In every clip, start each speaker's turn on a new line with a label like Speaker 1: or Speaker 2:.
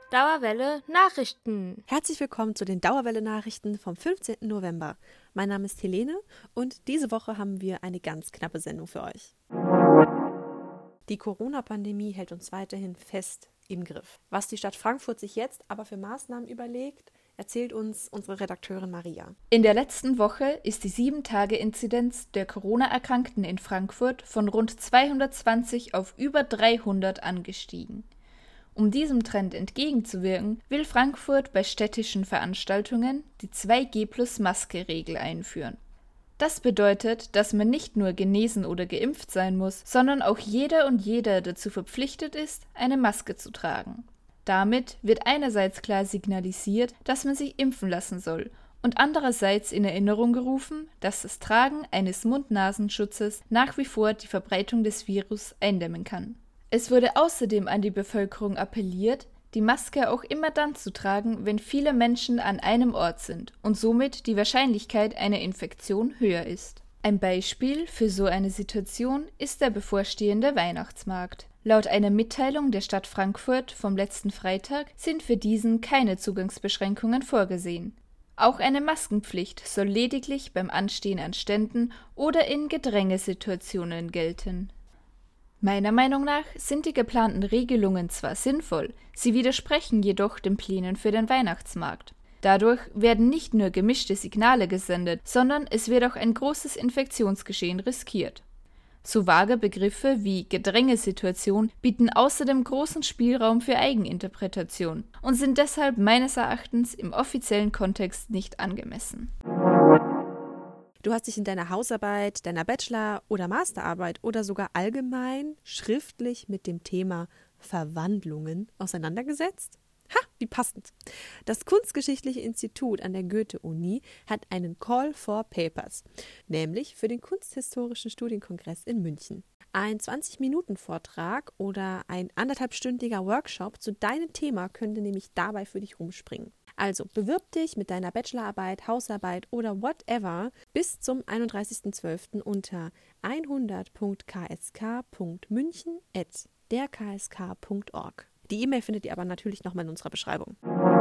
Speaker 1: Dauerwelle Nachrichten.
Speaker 2: Herzlich willkommen zu den Dauerwelle Nachrichten vom 15. November. Mein Name ist Helene und diese Woche haben wir eine ganz knappe Sendung für euch. Die Corona-Pandemie hält uns weiterhin fest im Griff. Was die Stadt Frankfurt sich jetzt aber für Maßnahmen überlegt, erzählt uns unsere Redakteurin Maria.
Speaker 3: In der letzten Woche ist die 7-Tage-Inzidenz der Corona-Erkrankten in Frankfurt von rund 220 auf über 300 angestiegen. Um diesem Trend entgegenzuwirken, will Frankfurt bei städtischen Veranstaltungen die 2G+-Maske-Regel einführen. Das bedeutet, dass man nicht nur genesen oder geimpft sein muss, sondern auch jeder und jeder dazu verpflichtet ist, eine Maske zu tragen. Damit wird einerseits klar signalisiert, dass man sich impfen lassen soll und andererseits in Erinnerung gerufen, dass das Tragen eines Mund-Nasenschutzes nach wie vor die Verbreitung des Virus eindämmen kann. Es wurde außerdem an die Bevölkerung appelliert, die Maske auch immer dann zu tragen, wenn viele Menschen an einem Ort sind und somit die Wahrscheinlichkeit einer Infektion höher ist. Ein Beispiel für so eine Situation ist der bevorstehende Weihnachtsmarkt. Laut einer Mitteilung der Stadt Frankfurt vom letzten Freitag sind für diesen keine Zugangsbeschränkungen vorgesehen. Auch eine Maskenpflicht soll lediglich beim Anstehen an Ständen oder in Gedrängesituationen gelten. Meiner Meinung nach sind die geplanten Regelungen zwar sinnvoll, sie widersprechen jedoch den Plänen für den Weihnachtsmarkt. Dadurch werden nicht nur gemischte Signale gesendet, sondern es wird auch ein großes Infektionsgeschehen riskiert. So vage Begriffe wie Gedrängesituation bieten außerdem großen Spielraum für Eigeninterpretation und sind deshalb meines Erachtens im offiziellen Kontext nicht angemessen.
Speaker 2: Du hast dich in deiner Hausarbeit, deiner Bachelor- oder Masterarbeit oder sogar allgemein schriftlich mit dem Thema Verwandlungen auseinandergesetzt? Ha, wie passend. Das Kunstgeschichtliche Institut an der Goethe-Uni hat einen Call for Papers, nämlich für den Kunsthistorischen Studienkongress in München. Ein 20-Minuten-Vortrag oder ein 1,5-stündiger Workshop zu deinem Thema könnte nämlich dabei für dich rumspringen. Also bewirb dich mit deiner Bachelorarbeit, Hausarbeit oder whatever bis zum 31.12. unter 100.ksk.münchen@derksk.org. Die E-Mail findet ihr aber natürlich nochmal in unserer Beschreibung.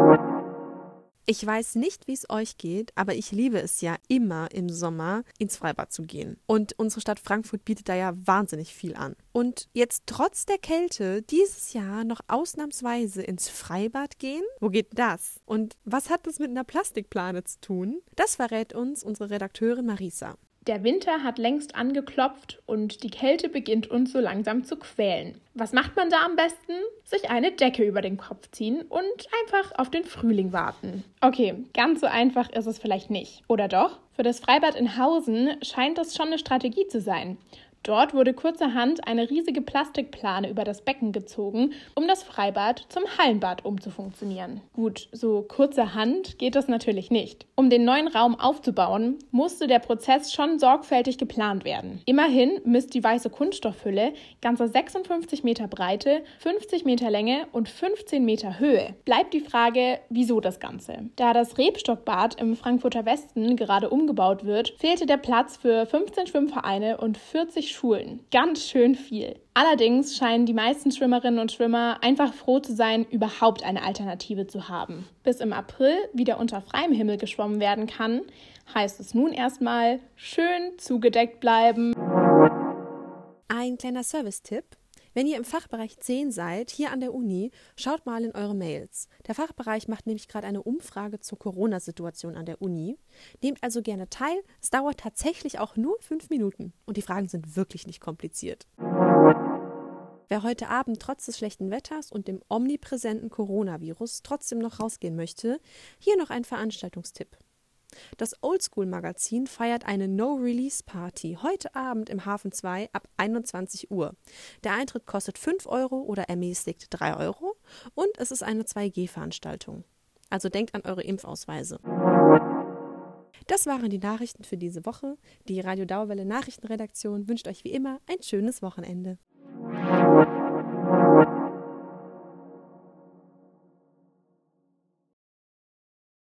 Speaker 2: Ich weiß nicht, wie es euch geht, aber ich liebe es ja immer im Sommer ins Freibad zu gehen. Und unsere Stadt Frankfurt bietet da ja wahnsinnig viel an. Und jetzt trotz der Kälte dieses Jahr noch ausnahmsweise ins Freibad gehen? Wo geht das? Und was hat das mit einer Plastikplane zu tun? Das verrät uns unsere Redakteurin Marisa.
Speaker 4: Der Winter hat längst angeklopft und die Kälte beginnt uns so langsam zu quälen. Was macht man da am besten? Sich eine Decke über den Kopf ziehen und einfach auf den Frühling warten. Okay, ganz so einfach ist es vielleicht nicht. Oder doch? Für das Freibad in Hausen scheint das schon eine Strategie zu sein. Dort wurde kurzerhand eine riesige Plastikplane über das Becken gezogen, um das Freibad zum Hallenbad umzufunktionieren. Gut, so kurzerhand geht das natürlich nicht. Um den neuen Raum aufzubauen, musste der Prozess schon sorgfältig geplant werden. Immerhin misst die weiße Kunststoffhülle ganze 56 Meter Breite, 50 Meter Länge und 15 Meter Höhe. Bleibt die Frage, wieso das Ganze? Da das Rebstockbad im Frankfurter Westen gerade umgebaut wird, fehlte der Platz für 15 Schwimmvereine und 40 Schulen. Ganz schön viel. Allerdings scheinen die meisten Schwimmerinnen und Schwimmer einfach froh zu sein, überhaupt eine Alternative zu haben. Bis im April wieder unter freiem Himmel geschwommen werden kann, heißt es nun erstmal schön zugedeckt bleiben.
Speaker 2: Ein kleiner Service-Tipp. Wenn ihr im Fachbereich 10 seid, hier an der Uni, schaut mal in eure Mails. Der Fachbereich macht nämlich gerade eine Umfrage zur Corona-Situation an der Uni. Nehmt also gerne teil. Es dauert tatsächlich auch nur 5 Minuten. Und die Fragen sind wirklich nicht kompliziert. Wer heute Abend trotz des schlechten Wetters und dem omnipräsenten Coronavirus trotzdem noch rausgehen möchte, hier noch ein Veranstaltungstipp. Das Oldschool-Magazin feiert eine No-Release-Party heute Abend im Hafen 2 ab 21 Uhr. Der Eintritt kostet 5 Euro oder ermäßigt 3 Euro und es ist eine 2G-Veranstaltung. Also denkt an eure Impfausweise. Das waren die Nachrichten für diese Woche. Die Radio Dauerwelle Nachrichtenredaktion wünscht euch wie immer ein schönes Wochenende.